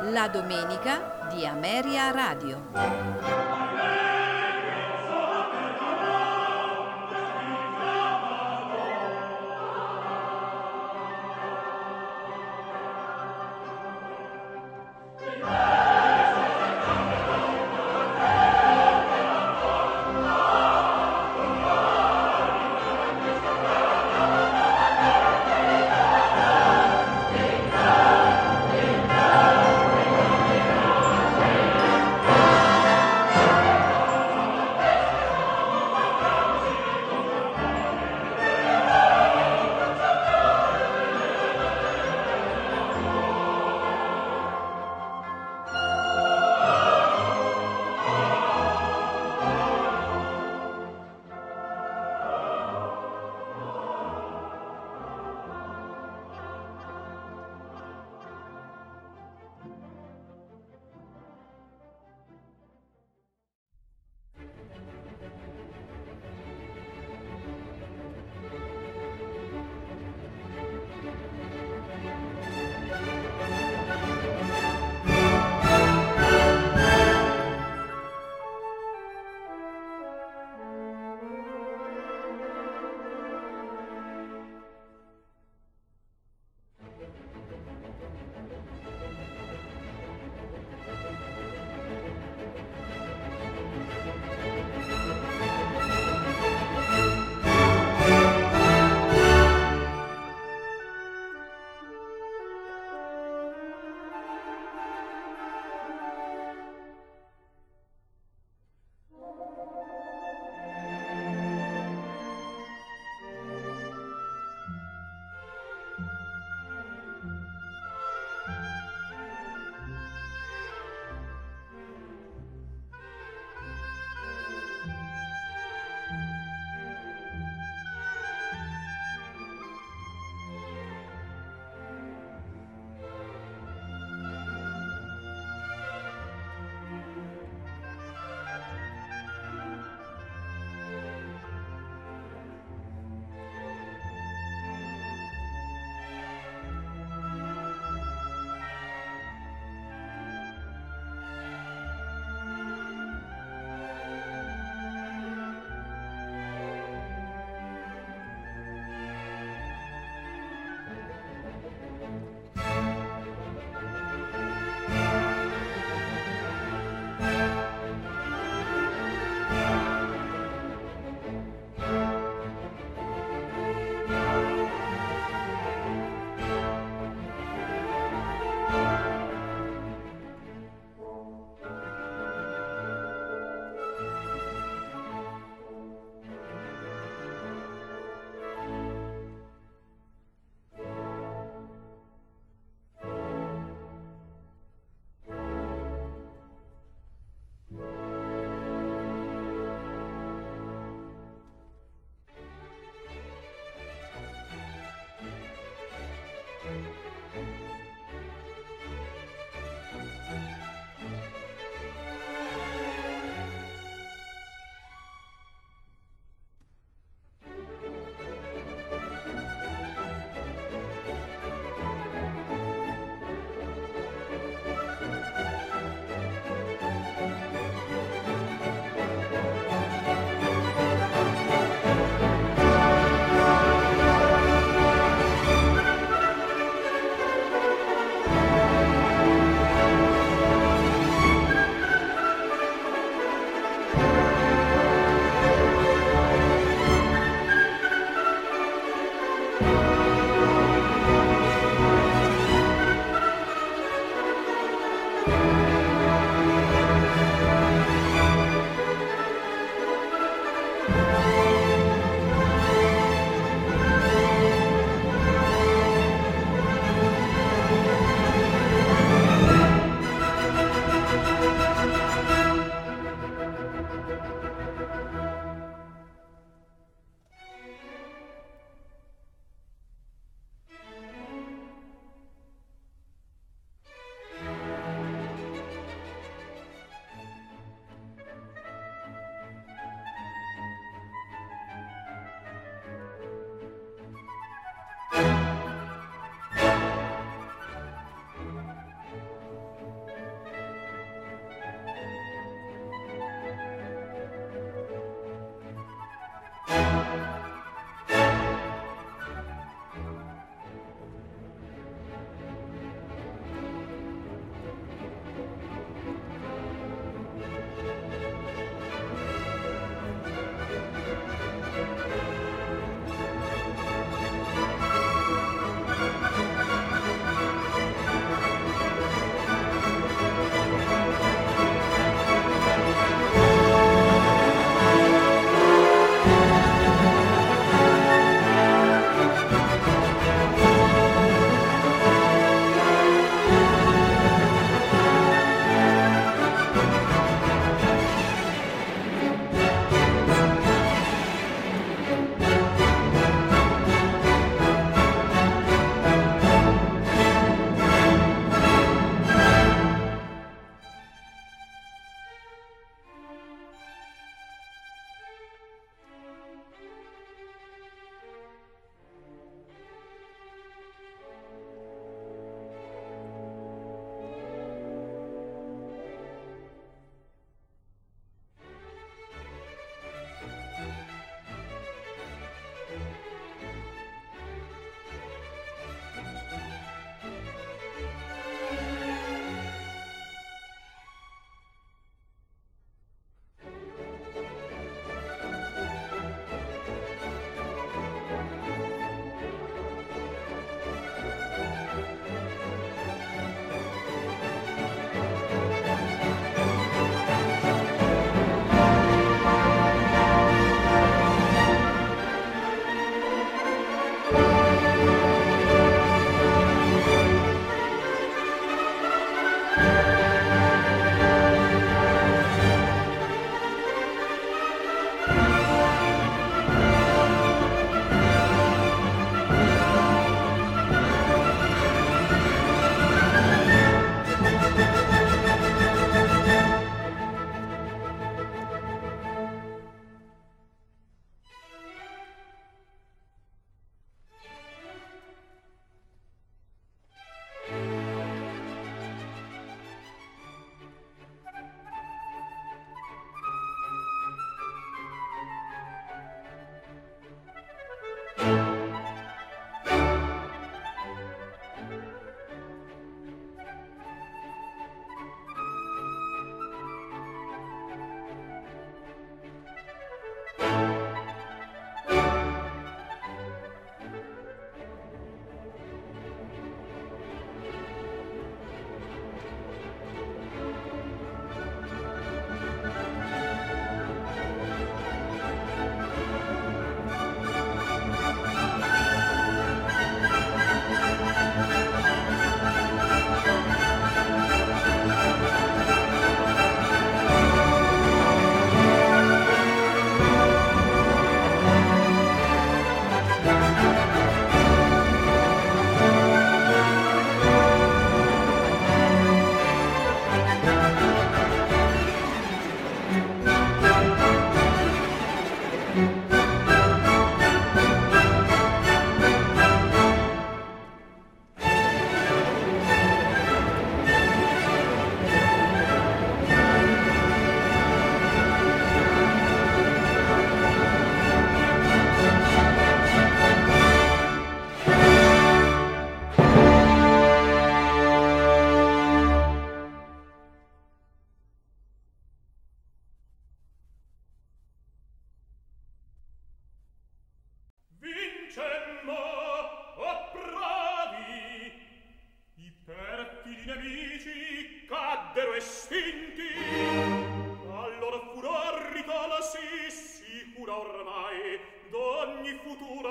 La domenica di Ameria Radio.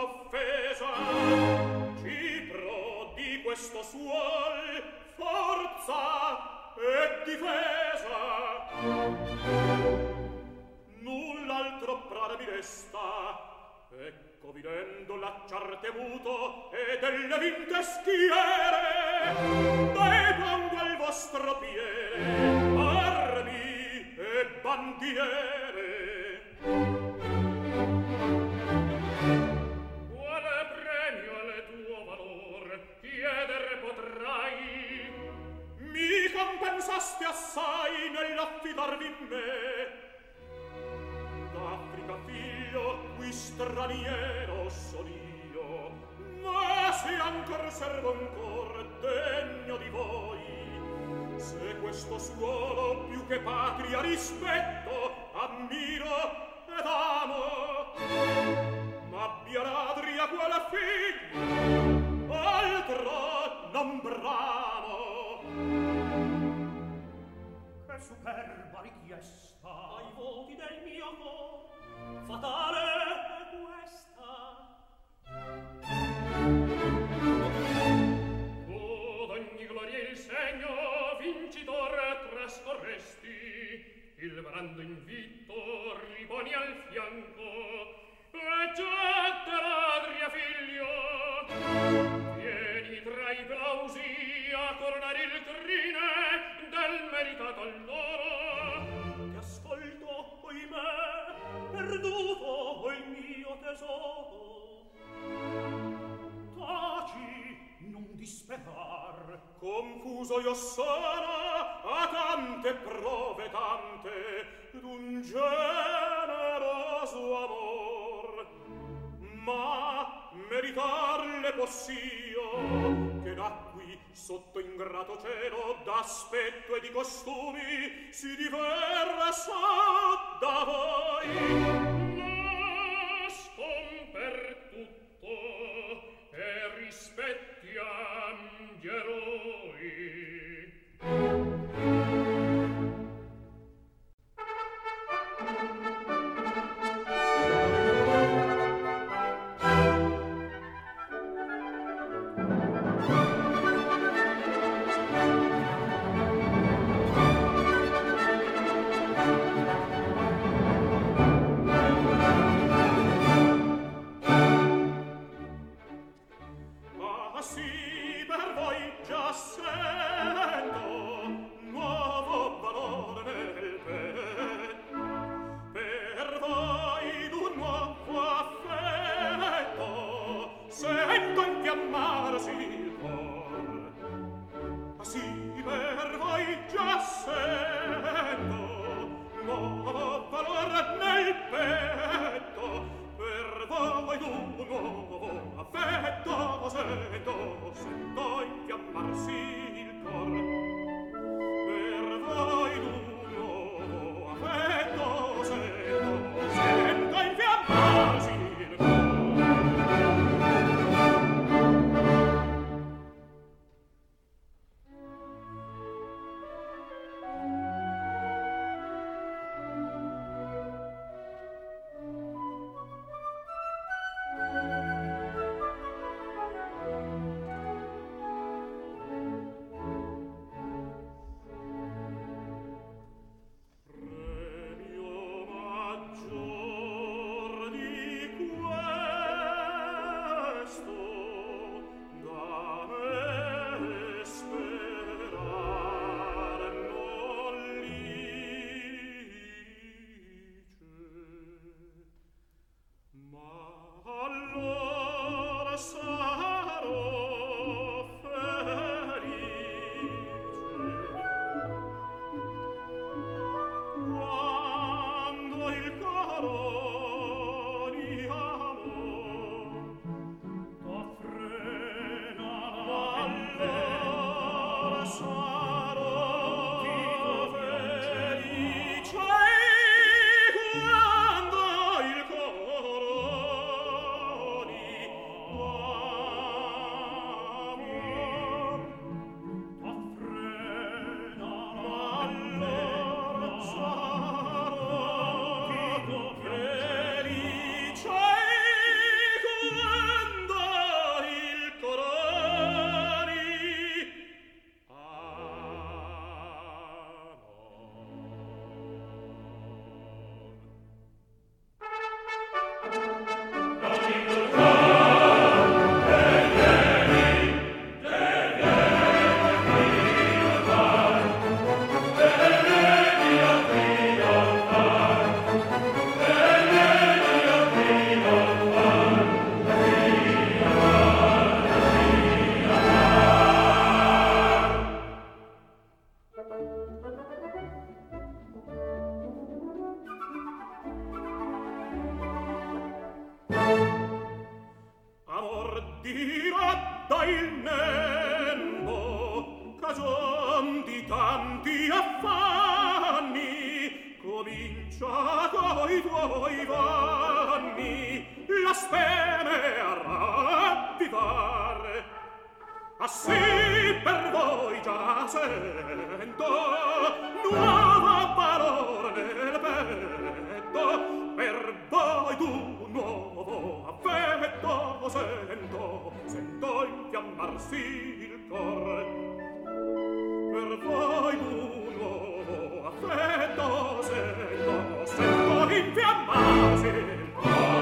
offesa, cipro di questo suol forza e difesa. Null'altro prare mi resta, ecco videndo l'acciar temuto e delle vinte schiere, depongo al vostro piede armi e bandiere. Quale premio al tuo valor chiedere potrai? Mi compensaste assai nell'affidarvi in me. D'Africa figlio, qui straniero son io, ma se ancor servo ancor degno di voi, se questo suolo più che patria rispetto, ammiro ed amo, m'abbia l'adria quale figlio, altro non bramo. Che superba richiesta ai voti del mio cor, fatale è questa. Tu d'ogni gloria il segno vincitore trascorresti, il brando invito riponi al fianco e getta l'adria figlio. Vieni tra i plausi a coronare il crine del meritato allora. Ti ascolto, oimè, perduto il mio tesoro. Taci, non disperar, confuso io sono a tante prove tante d'un generoso amor, ma meritarle possio che nacqui sotto ingrato cielo d'aspetto e di costumi si diversa da voi. Nascon per tutto e rispettiam gli eroi. dirotta il nembo, cagion di tanti affanni, comincia coi tuoi vanni la speme a ravvivare. Assì per voi già sento nuova valore nel petto, per voi tu nuovo affetto sento infiammarsi il cor. Per voi tu nuovo affetto sento infiammarsi il cor.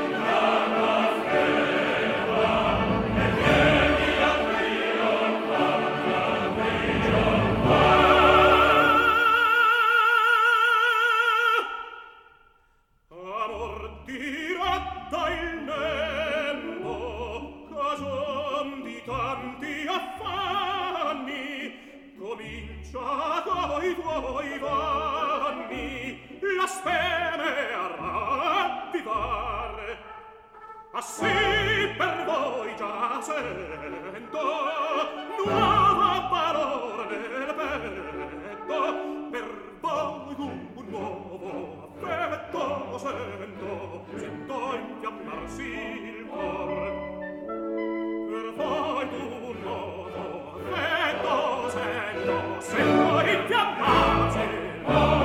Coi tuoi vanni la speme a ravvivare. Assì per voi già sento nuova valore nel petto, per voi un nuovo affetto sento infiammarsi il cor. Per voi un nuovo affetto sento infiammarsi il cor.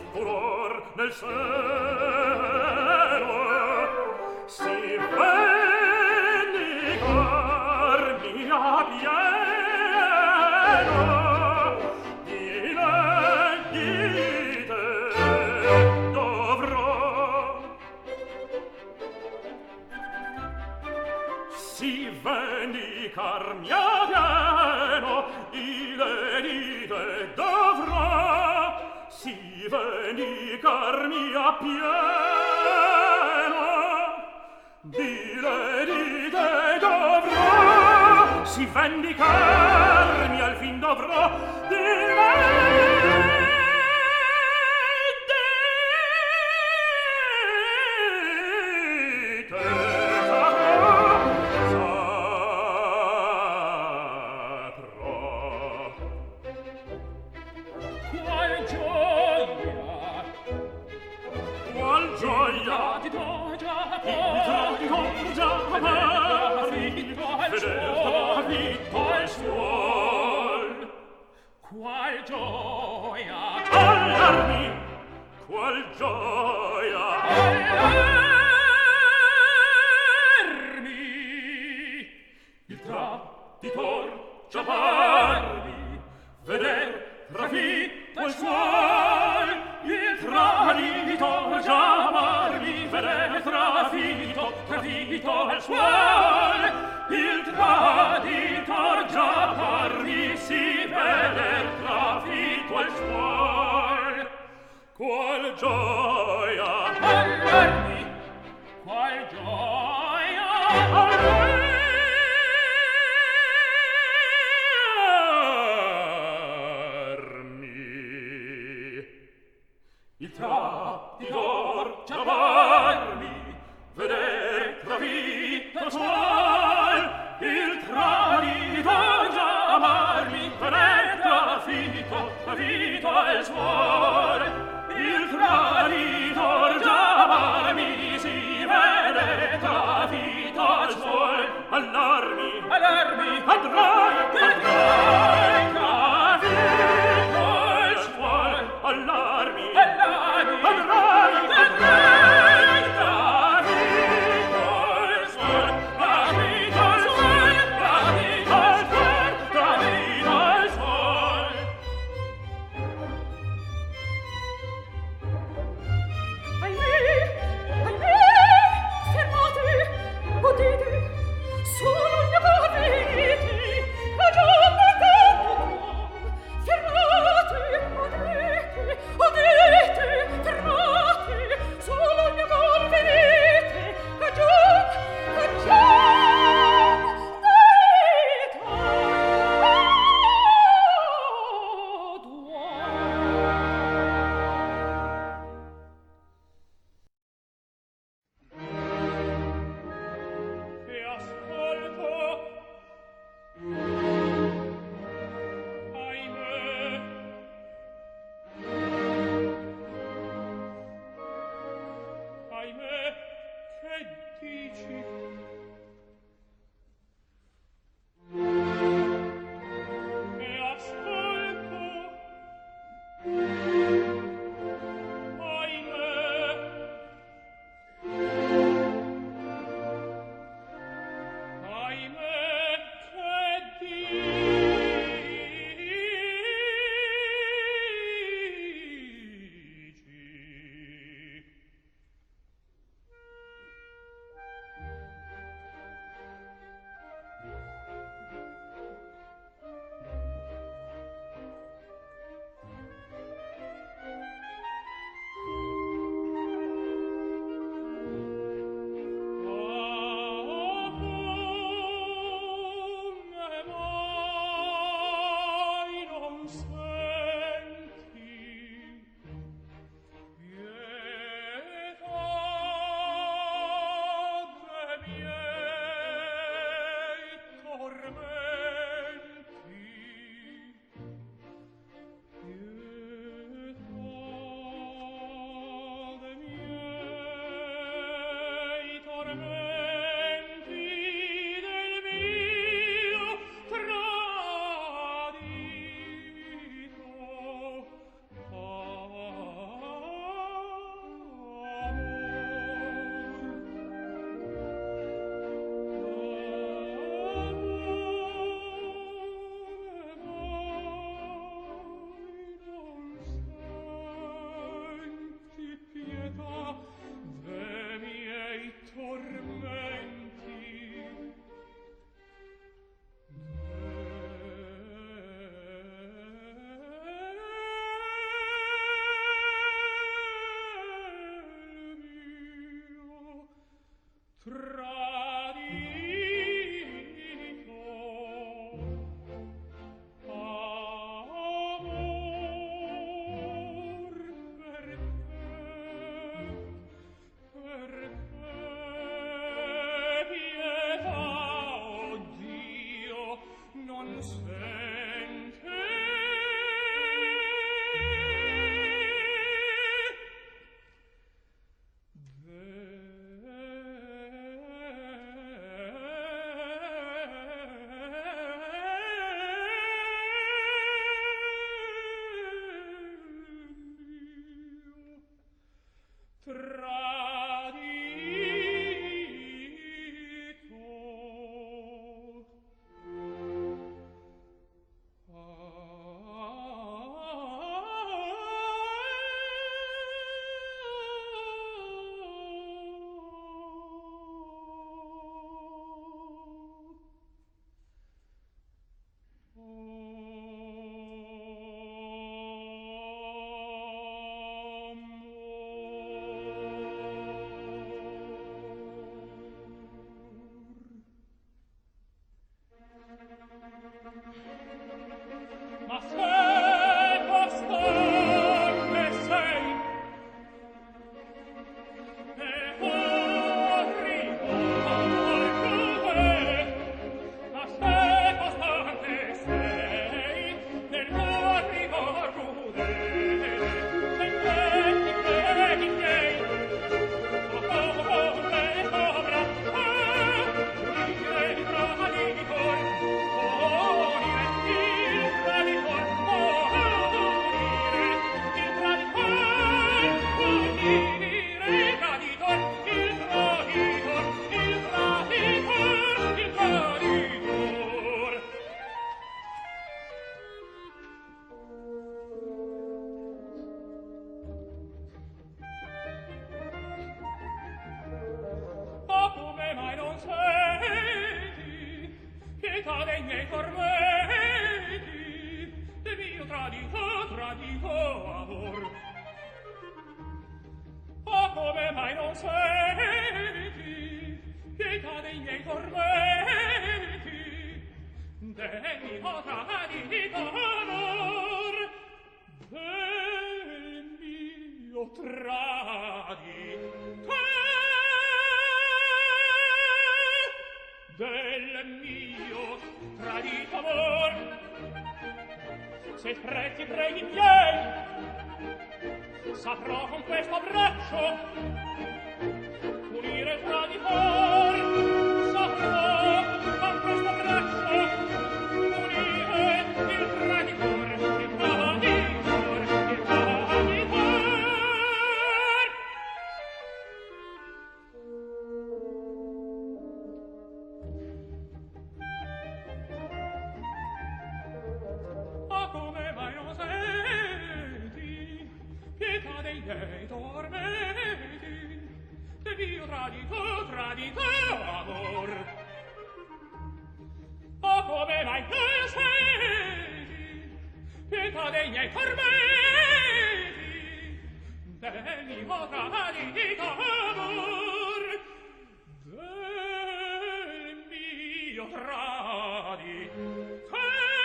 furor nel cielo si vendicar mia pieno di leghite dovrò si vendicar mia pieno di leghite dovrò si vendicar mia pieno di leghite dovrò si vendicarmi al fin dovrò di qual gioia allarmi qual gioia allarmi il traditor chiamarmi veder trafitto il suol il traditor chiamarmi veder trafitto il suol il traditor chiamarmi si veder trafitto il suol qual gioia allarmi qual gioia allarmi il traditor chiamarmi veder trafitto il suol il traditor chiamarmi veder trafitto il suol il traditor chiamarmi si vede trafitto il suol allarmi allarmi cadrai trafitto il suol allarmi allarmi cadrai dei miei tormenti, del mio tradito amor. Oh, come mai non senti pietà dei miei tormenti, del mio tradito amor, del mio tradito amor. Se stretti preghi miei, saprò con questo braccio punire il traditor. Saprò con questo braccio punire il traditor, il traditor, il traditor. Ah, come mai non senti pietà dei miei tormenti, del mio tradito amor? Oh, come mai non senti pietà dei miei tormenti, del mio tradito amor, del mio tradito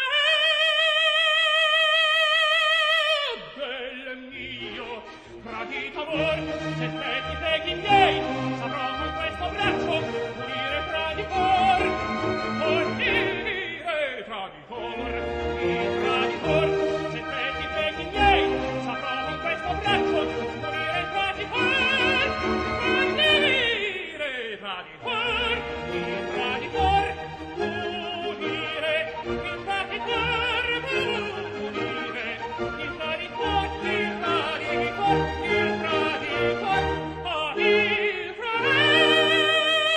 amor. Se te ti preghi miei, saprò con questo braccio punire il traditor, punire il traditor, il traditor. Se te ti preghi miei, saprò con questo braccio punire il traditor, punire il traditor, il traditor, punire il traditor, punire il traditor, il traditor, il traditor, ah, il traditor.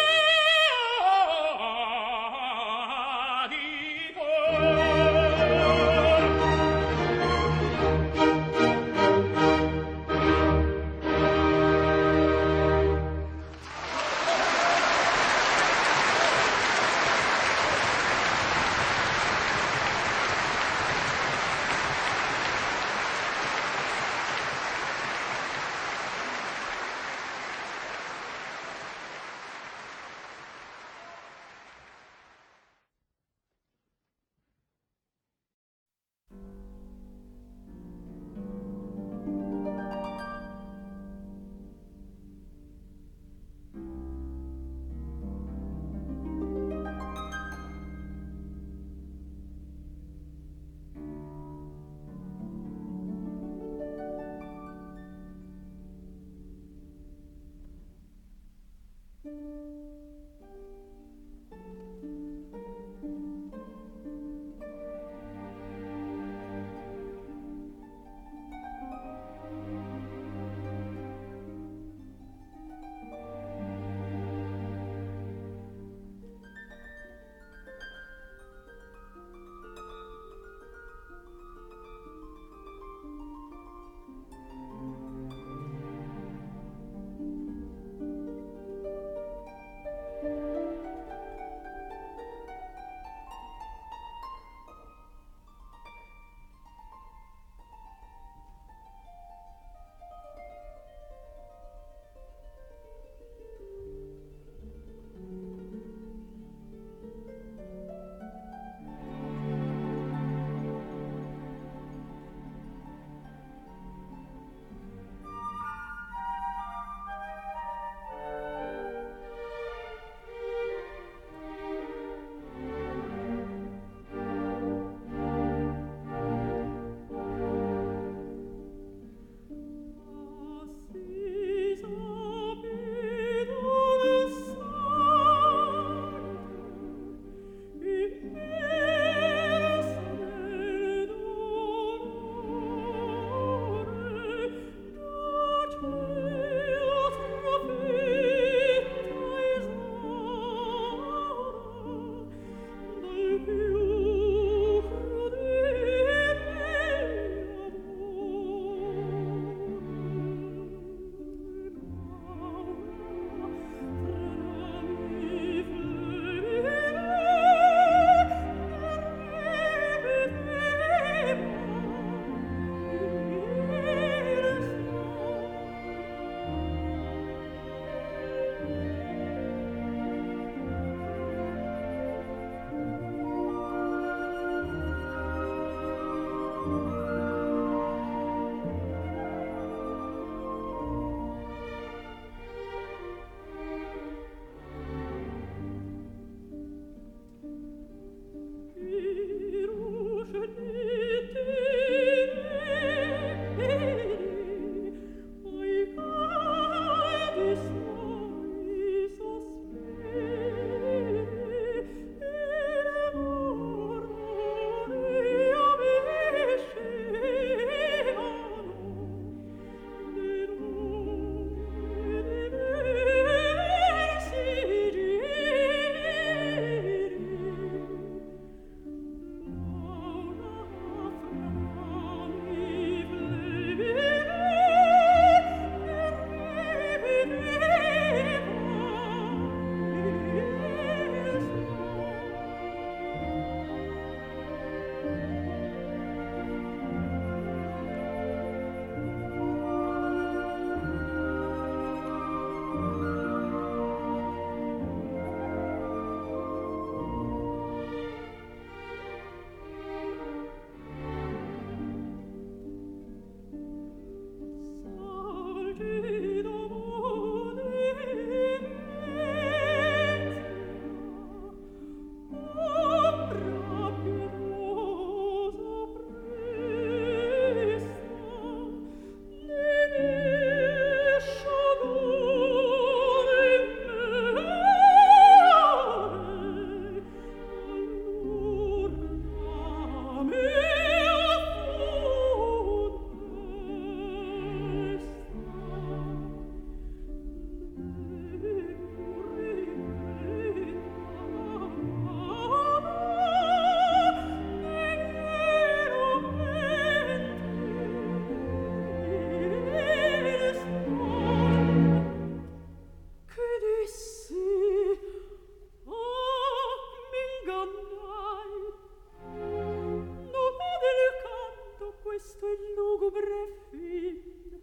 questo il lugubre fin.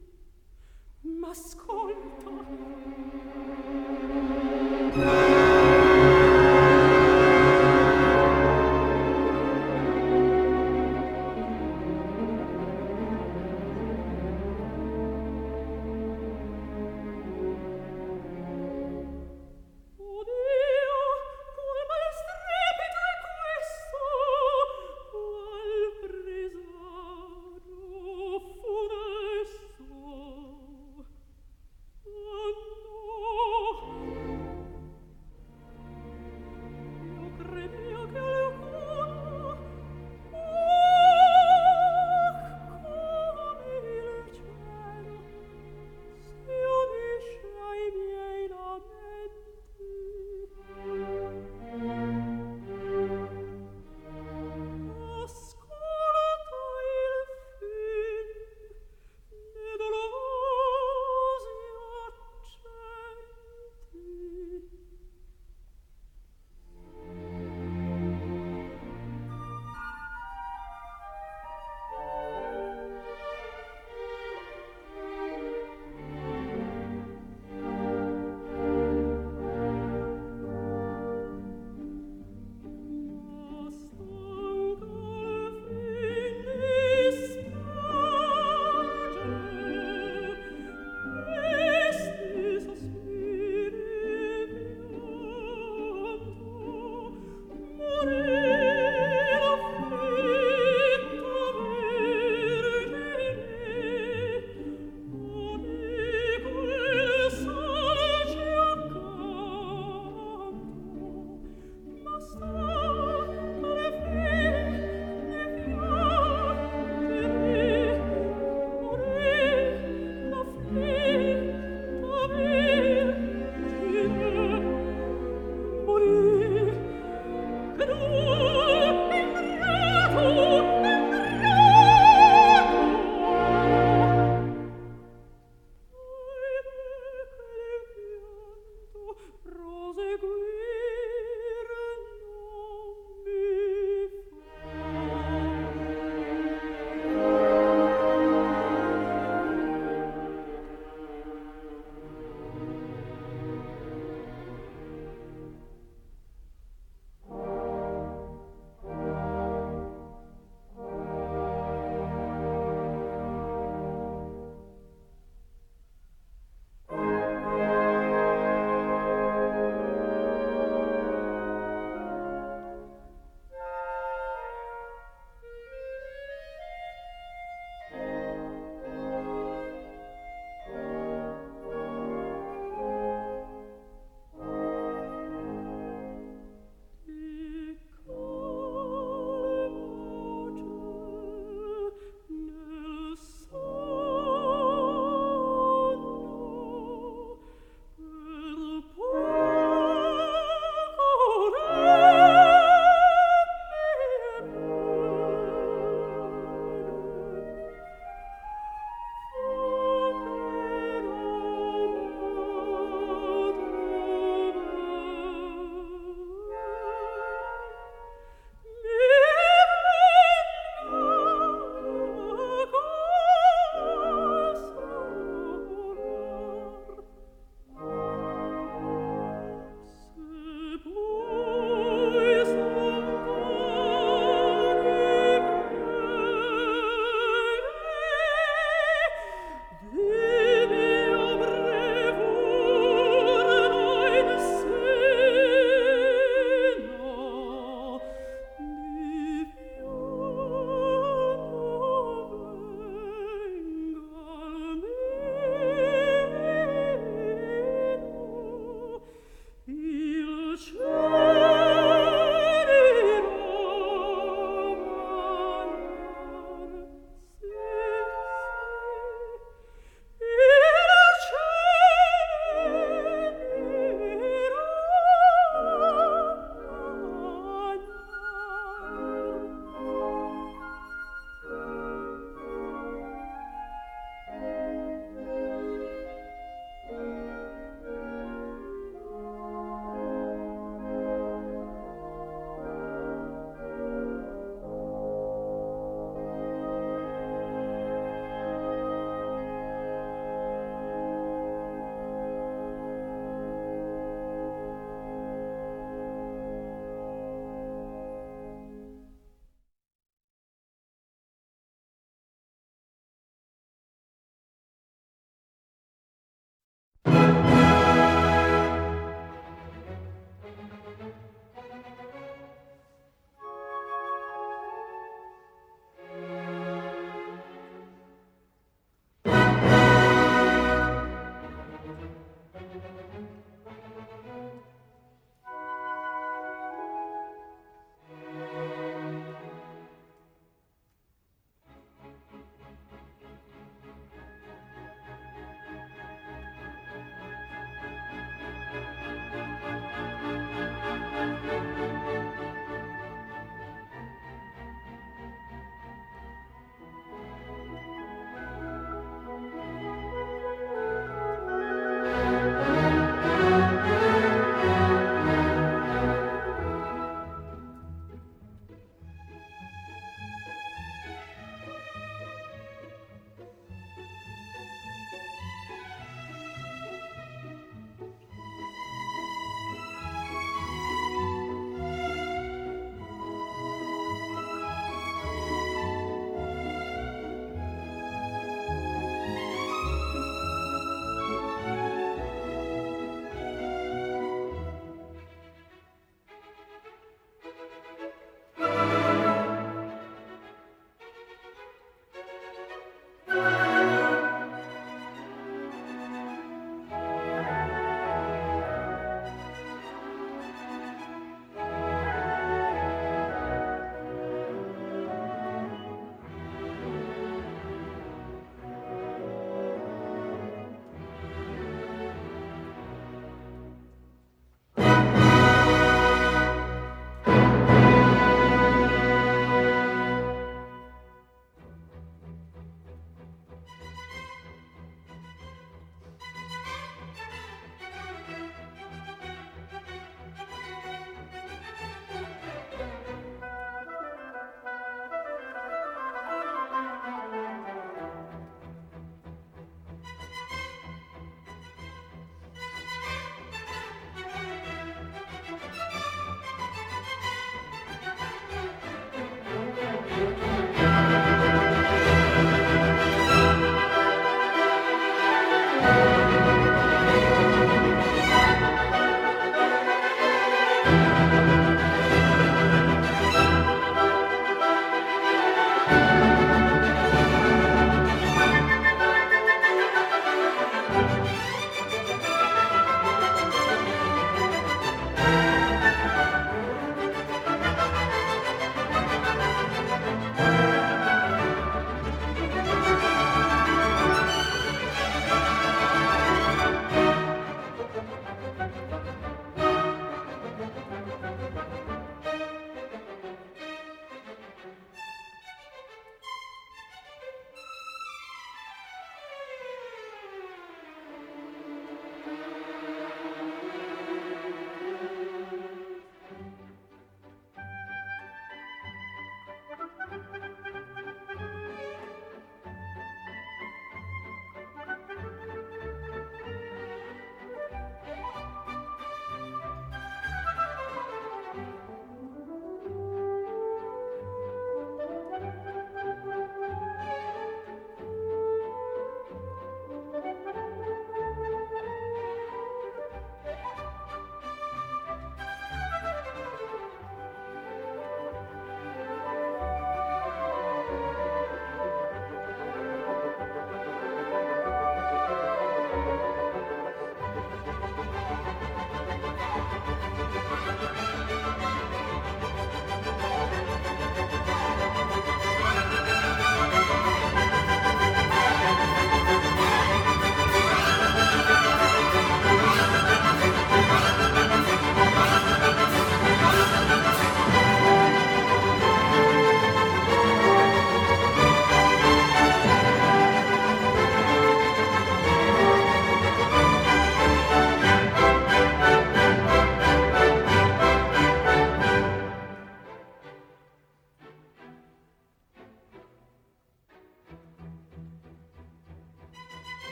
M'ascolta. Oh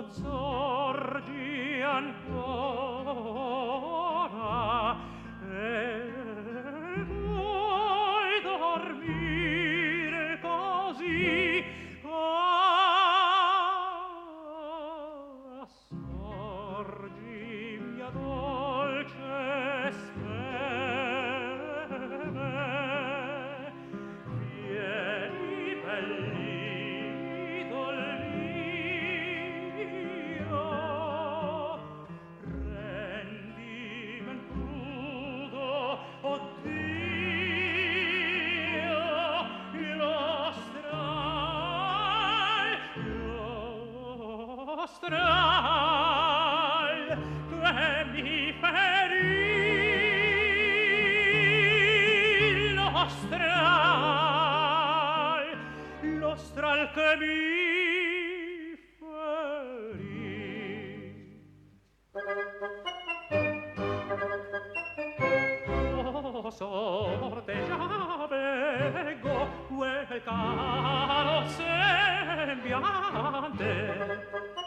sorgi ancora e vuoi dormire così. Sorgi, mia dolce speme, vieni bell'idol mio, rendi men crudo, oh Dio, lo stral che mi ferì, lo stral che mi ferì. Oh, sorte già veggo quel caro sembiante,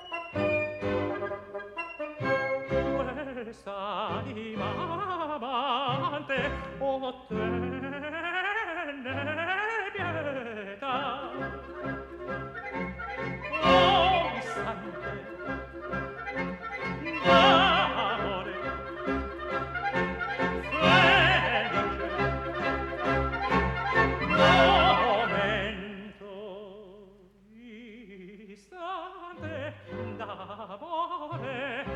questa anima amante, oh, tenne pietà. Oh, istante d'amore felice, momento, istante d'amore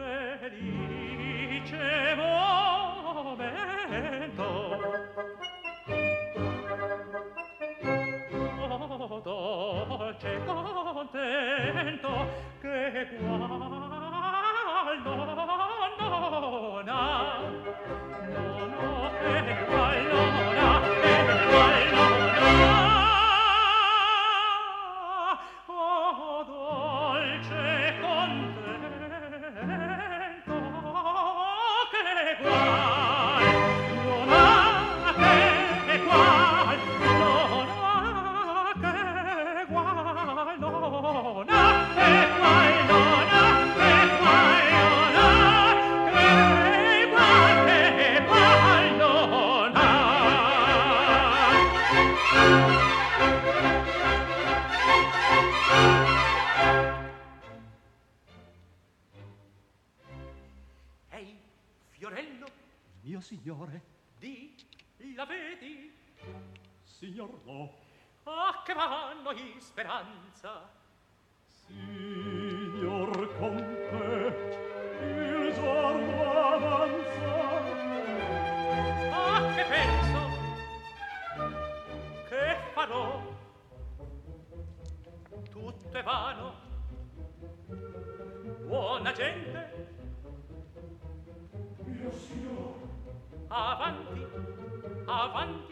felice, momento. Oh, dolce contento che qual non ha, che qual non ha, che qual non ha. Oh, dolce contento che qual non ha, che qual non ha, che qual non ha, che qual non ha, che qual non ha, che qual non ha. Ehi, Fiorello, Mio signore, di la vedi? signor no. A che vanno in speranza? Signor conte, il giorno avanza. A che penso? Che farò? Tutto è vano. Buona gente, Mio signore, avanti, avanti.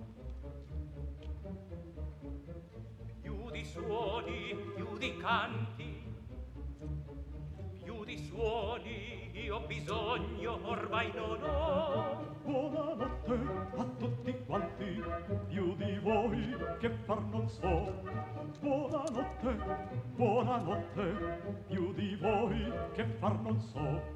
Più di suoni, più di canti, più di suoni io ho bisogno, ormai non ho. buonanotte a tutti quanti, più di voi che far non so. Buonanotte, buonanotte, più di voi che far non so.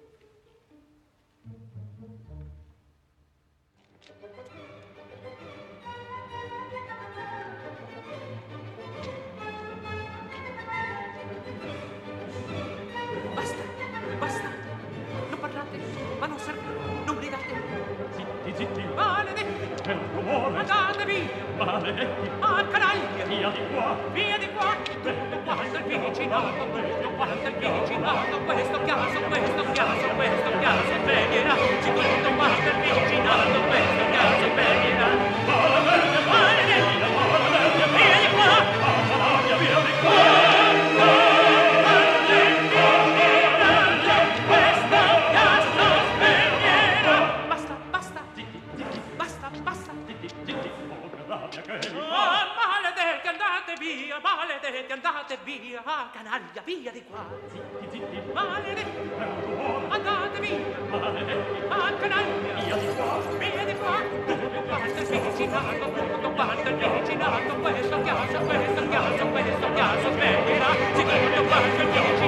Basta, basta, non parlate, ma non servite, non gridate. Zitti, zitti, Maledetti, che rumore, andate via, maledetti, a canaglia, via di qua. via di qua. Tutto quanto il vicinato, tutto quanto il vicinato, questo chiaso, questo chiaso, questo chiaso venirà. Ci tutto quanto il vicinato, questo chiaso venirà. Maledetti, via di qua. Via di qua. Maledetti, andate via, ah, canaglia, via di qua. Zitti, zitti, Maledetti, che rumore, andate via, maledetti, ah, canaglia, via di qua. via di qua. Tutto quanto il vicinato, tutto quanto il vicinato, questo chiaso, questo chiaso, questo chiaso svenirà. Sì, tutto quanto il vicinato.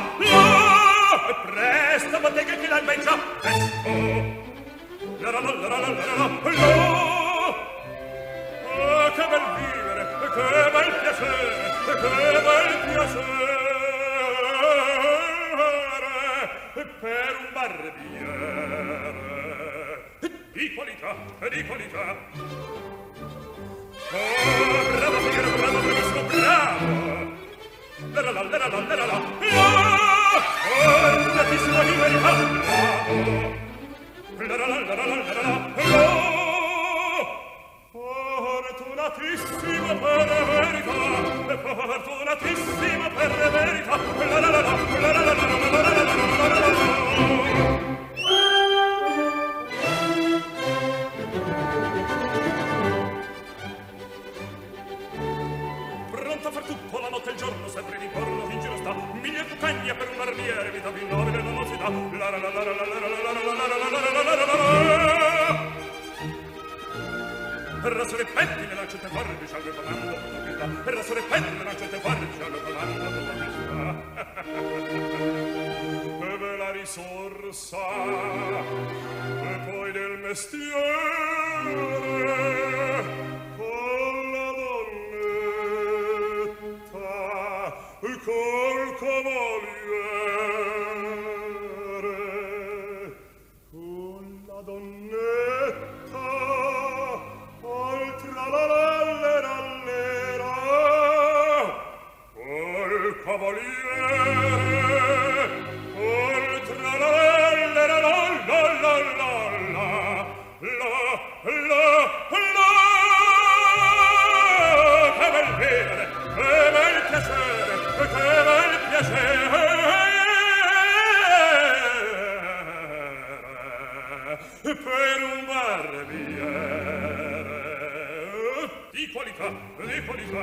Presto, bottega che l'alba è già. Presto. La la la la la la la. Oh, che bel vivere, che bel piacere, che bel piacere per un barbiere di qualità, di qualità. Oh, bravo Figaro, bravo, bravissimo, bravo. La la la la la la la la. Oh, tantissimo di verità, bravo. La la la la la la la la. Fortunatissimo per verità, fortunatissimo per verità. La la la la la la la la la la la. Pronto a far tutto, la notte e il giorno, sempre di corno, in giro sta. Mille cucagna per un barbiere, vita più nobile non si dà. La la la la la la la la la la la la la. Per la sole pettine la gente farre, diciamo il comando, per la sole pettine la gente farre, diciamo il comando, e bella risorsa, e poi del mestiere, con la donnetta, col cavaliere, con la donnetta, oltre l'allera, col cavaliere, oltre l'allera, la la la la la la la, che bel vivere, che bel piacere, che bel piacere per un barbiere di qualità, di qualità.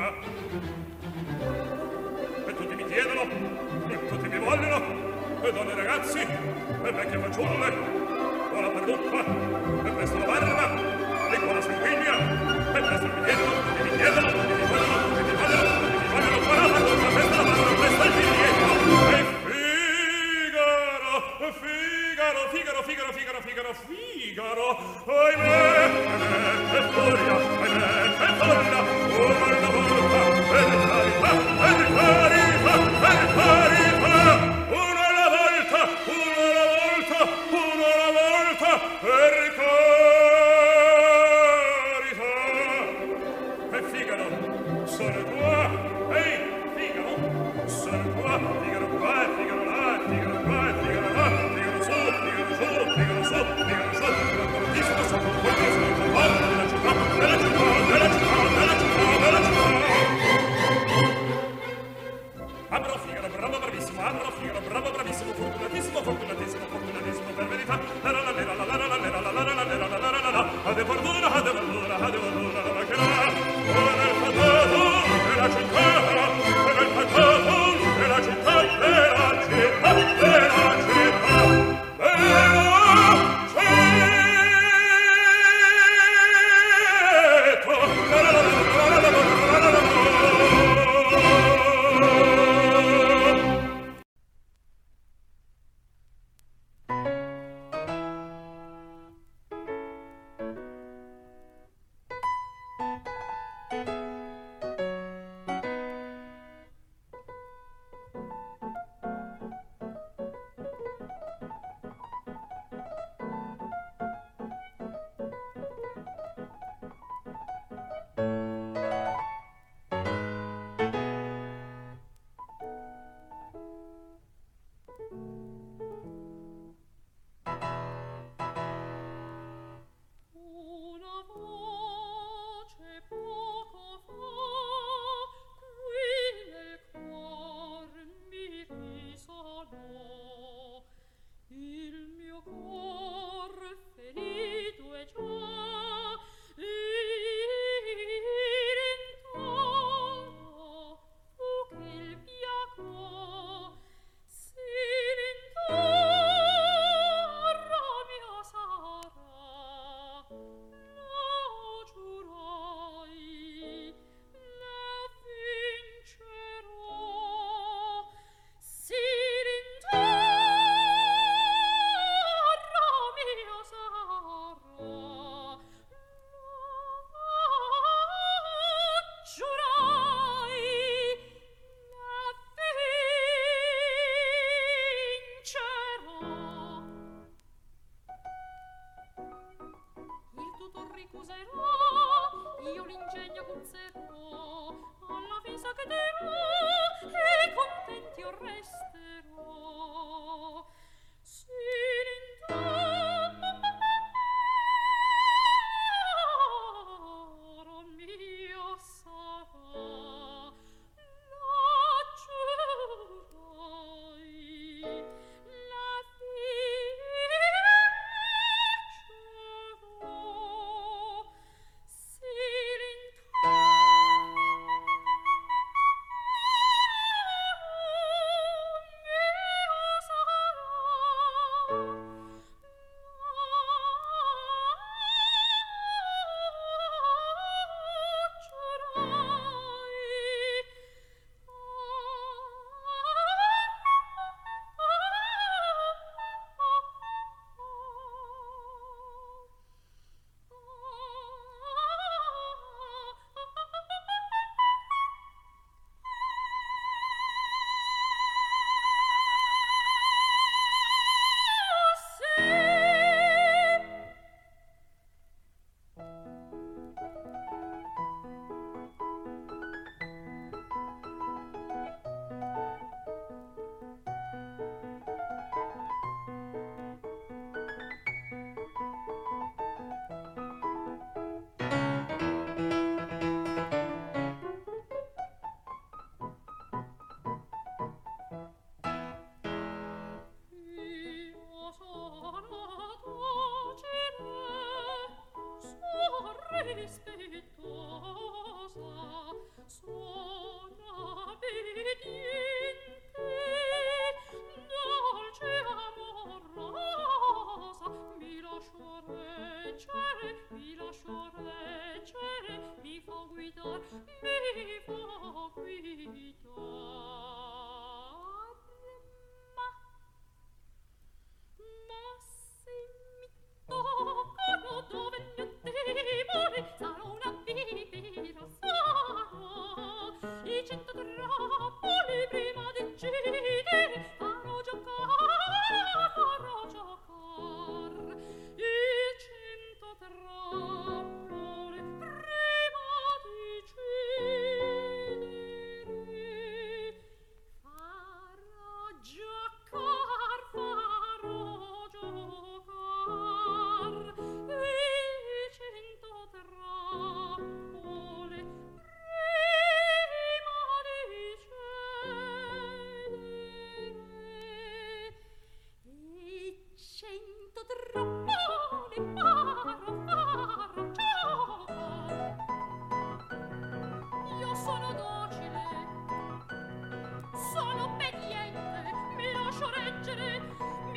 E tutti mi chiedono, e tutti mi vogliono, e donne e ragazzi, e vecchie fanciulle, o la parrucca, e presto la barba, e con la sanguigna, e presto il biglietto, tutti mi chiedono, tutti mi vogliono, tutti mi vogliono, tutti mi vogliono, con la parrucca, presto la barba, presto il biglietto. E Figaro, Figaro, Figaro, Figaro, Figaro, Figaro, ahimè, e furia, ahimè, e folla, una alla volta, per carità, per carità, per carità, una alla volta, una alla volta, una alla volta, per carità. E Figaro, sono qua, ehi, Figaro, sono qua, Figaro qua, Figaro là, Figaro qua, Figaro là, Figaro su, Figaro su, Figaro su, Figaro su, la cortissima sopra un colpo, sono il cavallo della città, della città, della città, della città, della città. Abro Figaro, bravo, bravissimo, abro Figaro, bravo, bravissimo, fortunatissimo, fortunatissimo, fortunatissimo, per verità, la la la la la la la la la la la la la la la la la, ade fortuna, ade valura, ade valura, la macchina, nel patato, nella città, nel patato, nella città, nella città, nella città,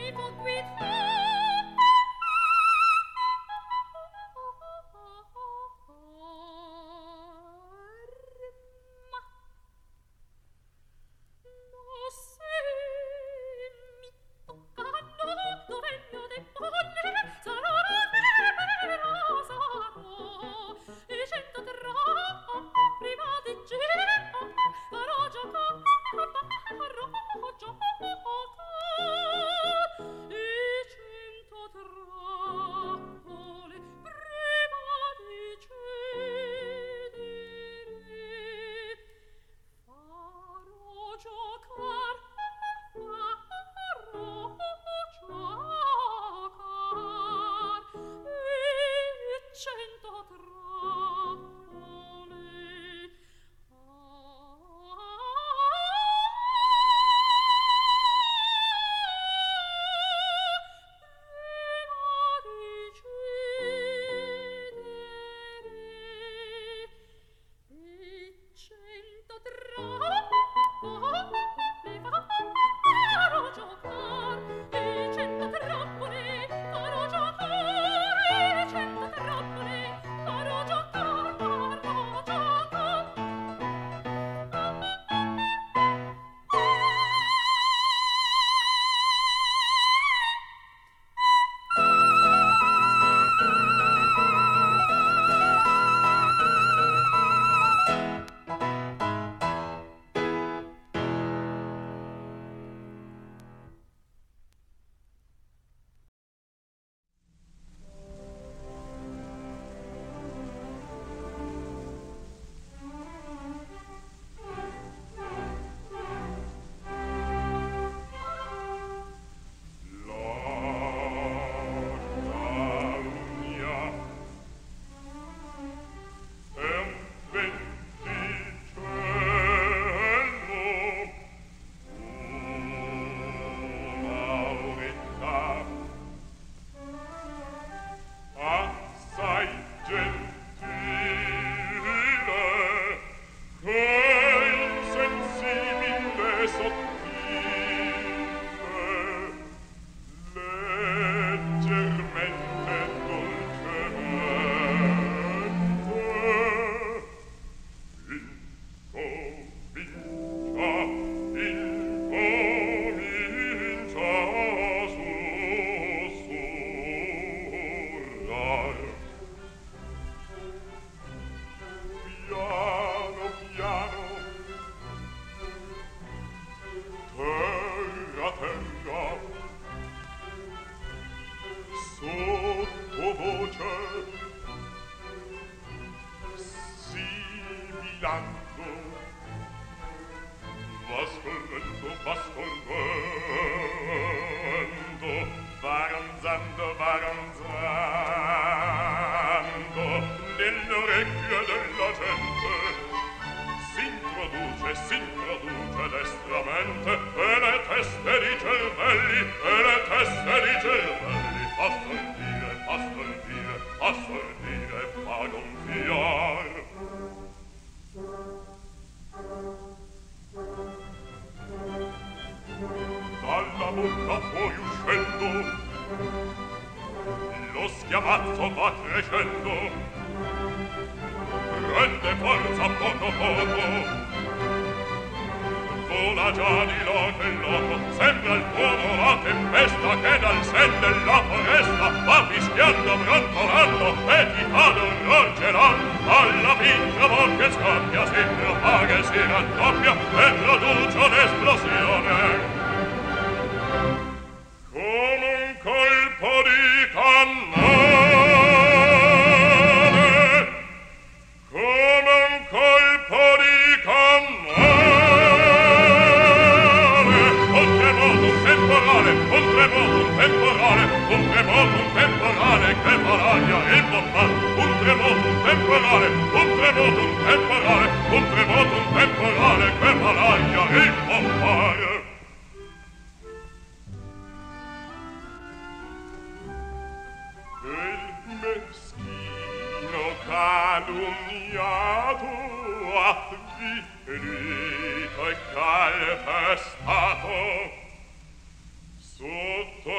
Sotto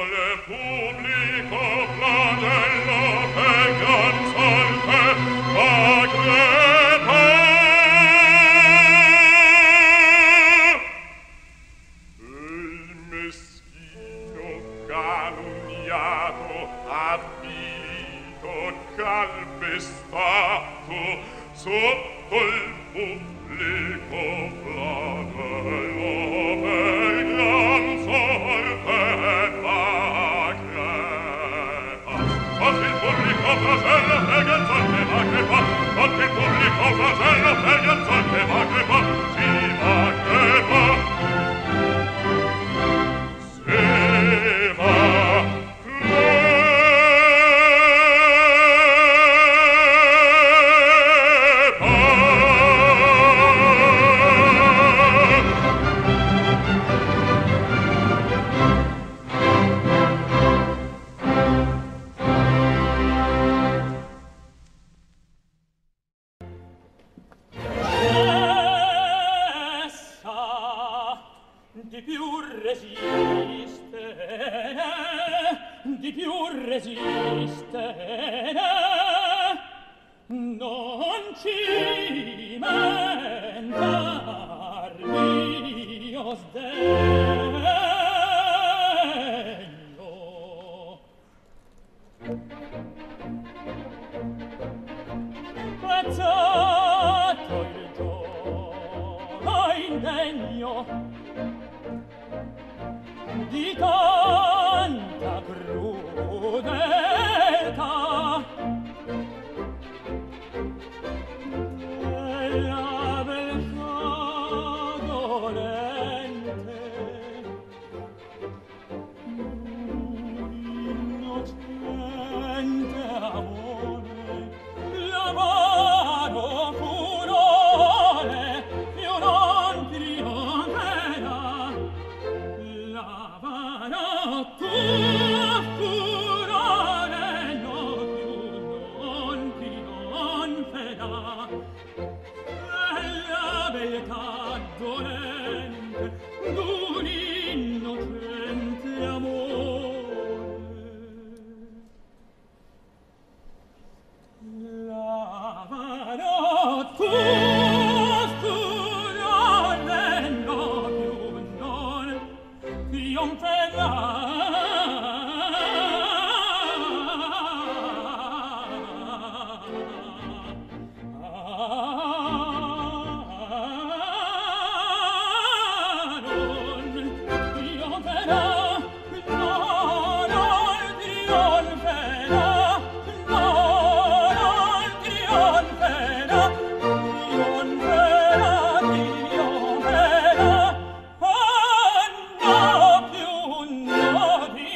pubblico flagello per gran sorte accrepa. Il meschino calunniato, avvilito, calpestato, sotto il pubblico flagello per gran sorte accrepa. Sotto il pubblico flagello per gran sorte accrepa. Sotto il pubblico flagello per gran sorte accrepa. Sì, accrepa. Seva di più resiste, non cimentar mio sdegno. Pezzato il giorno indegno di tanta crudeltà, e la beltà dolente, innocente amore, l'amaro furore, più non trionferà. Tua furore no più non trionferà, e la beltà dolente d'un innocente amore. L'avaro tua furore no più non trionferà. No più no di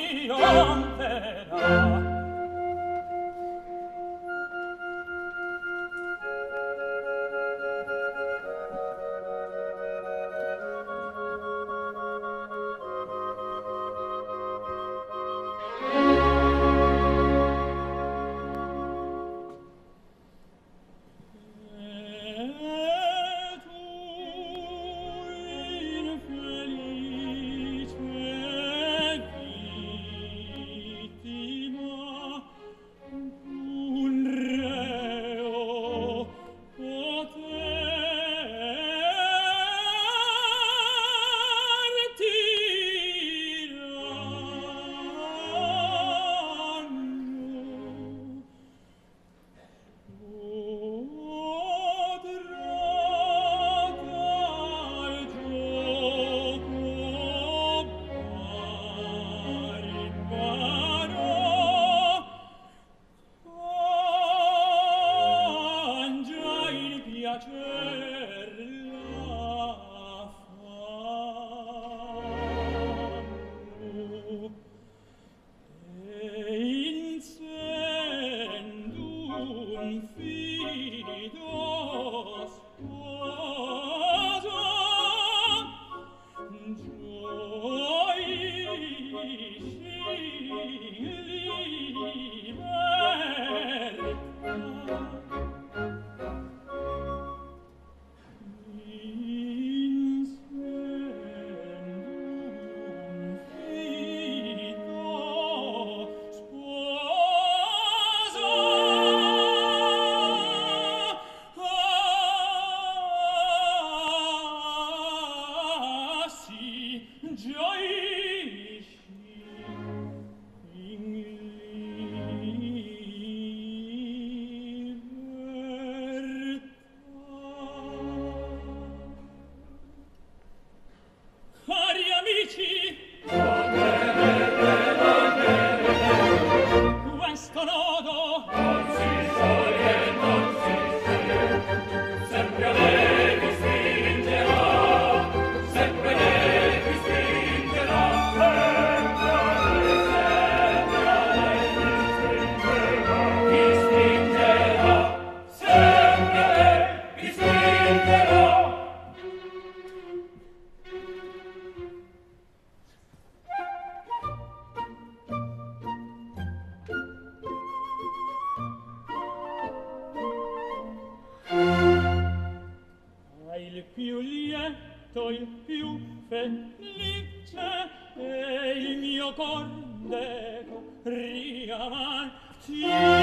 il più felice e il mio cor deco riamarti.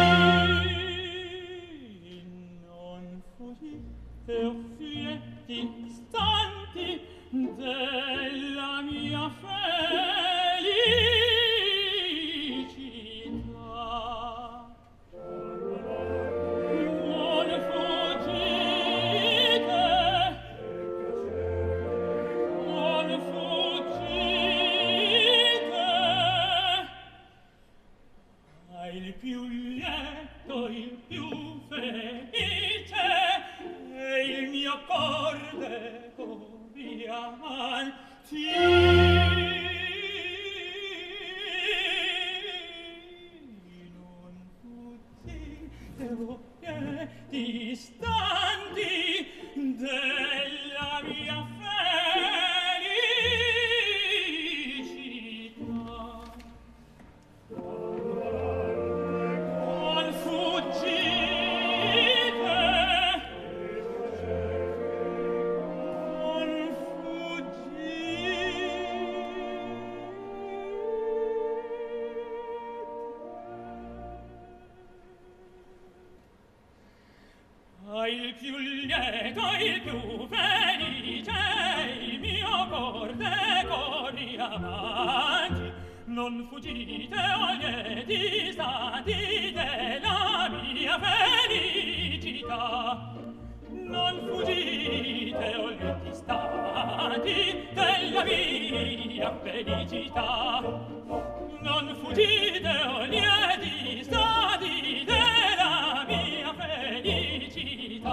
Non fuggite o fietti stanti della mia felicità. Non fuggite, non fuggite, il più lieto, il più felice e il mio cor deco avanti. Non fuggite o distanti della mia felicità. Non fuggite, non il più lieto, il più felice, il mio cor deco riamanti. Non fuggite o lieti stati della mia felicità. Non fuggite o lieti stati della mia felicità. Non fuggite o lieti stati della mia felicità.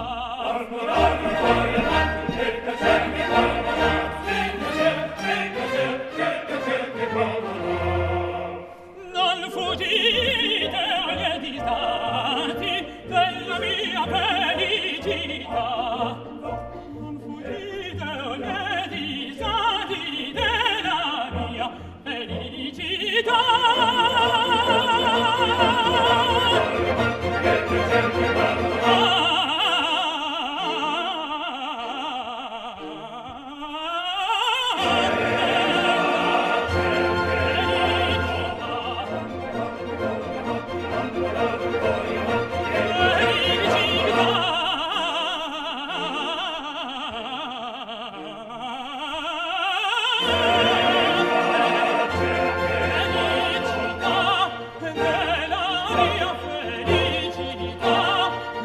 Non fuggite o lieti stati della mia felicità. Non fuggite o lieti stati della mia felicità. Felicità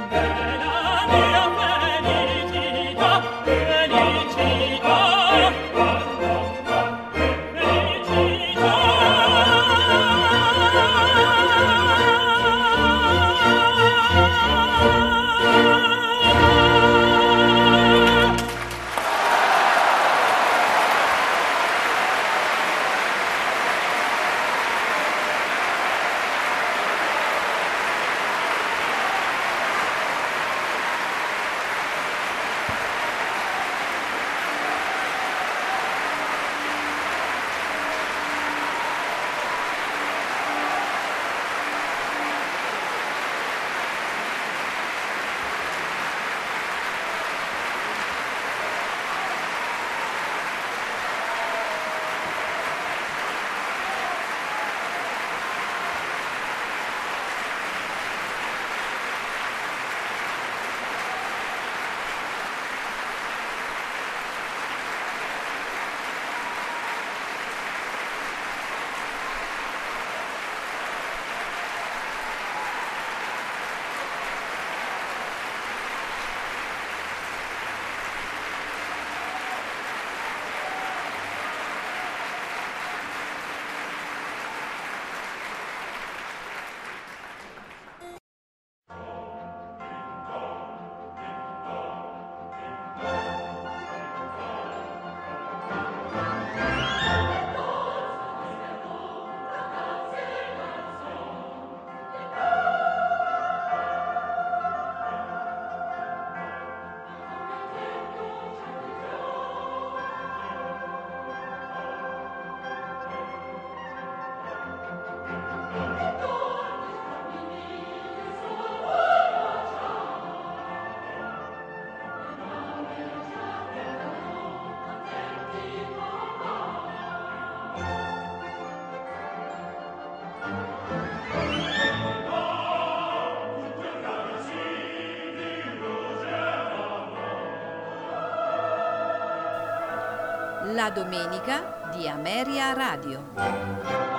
La domenica di Ameria Radio.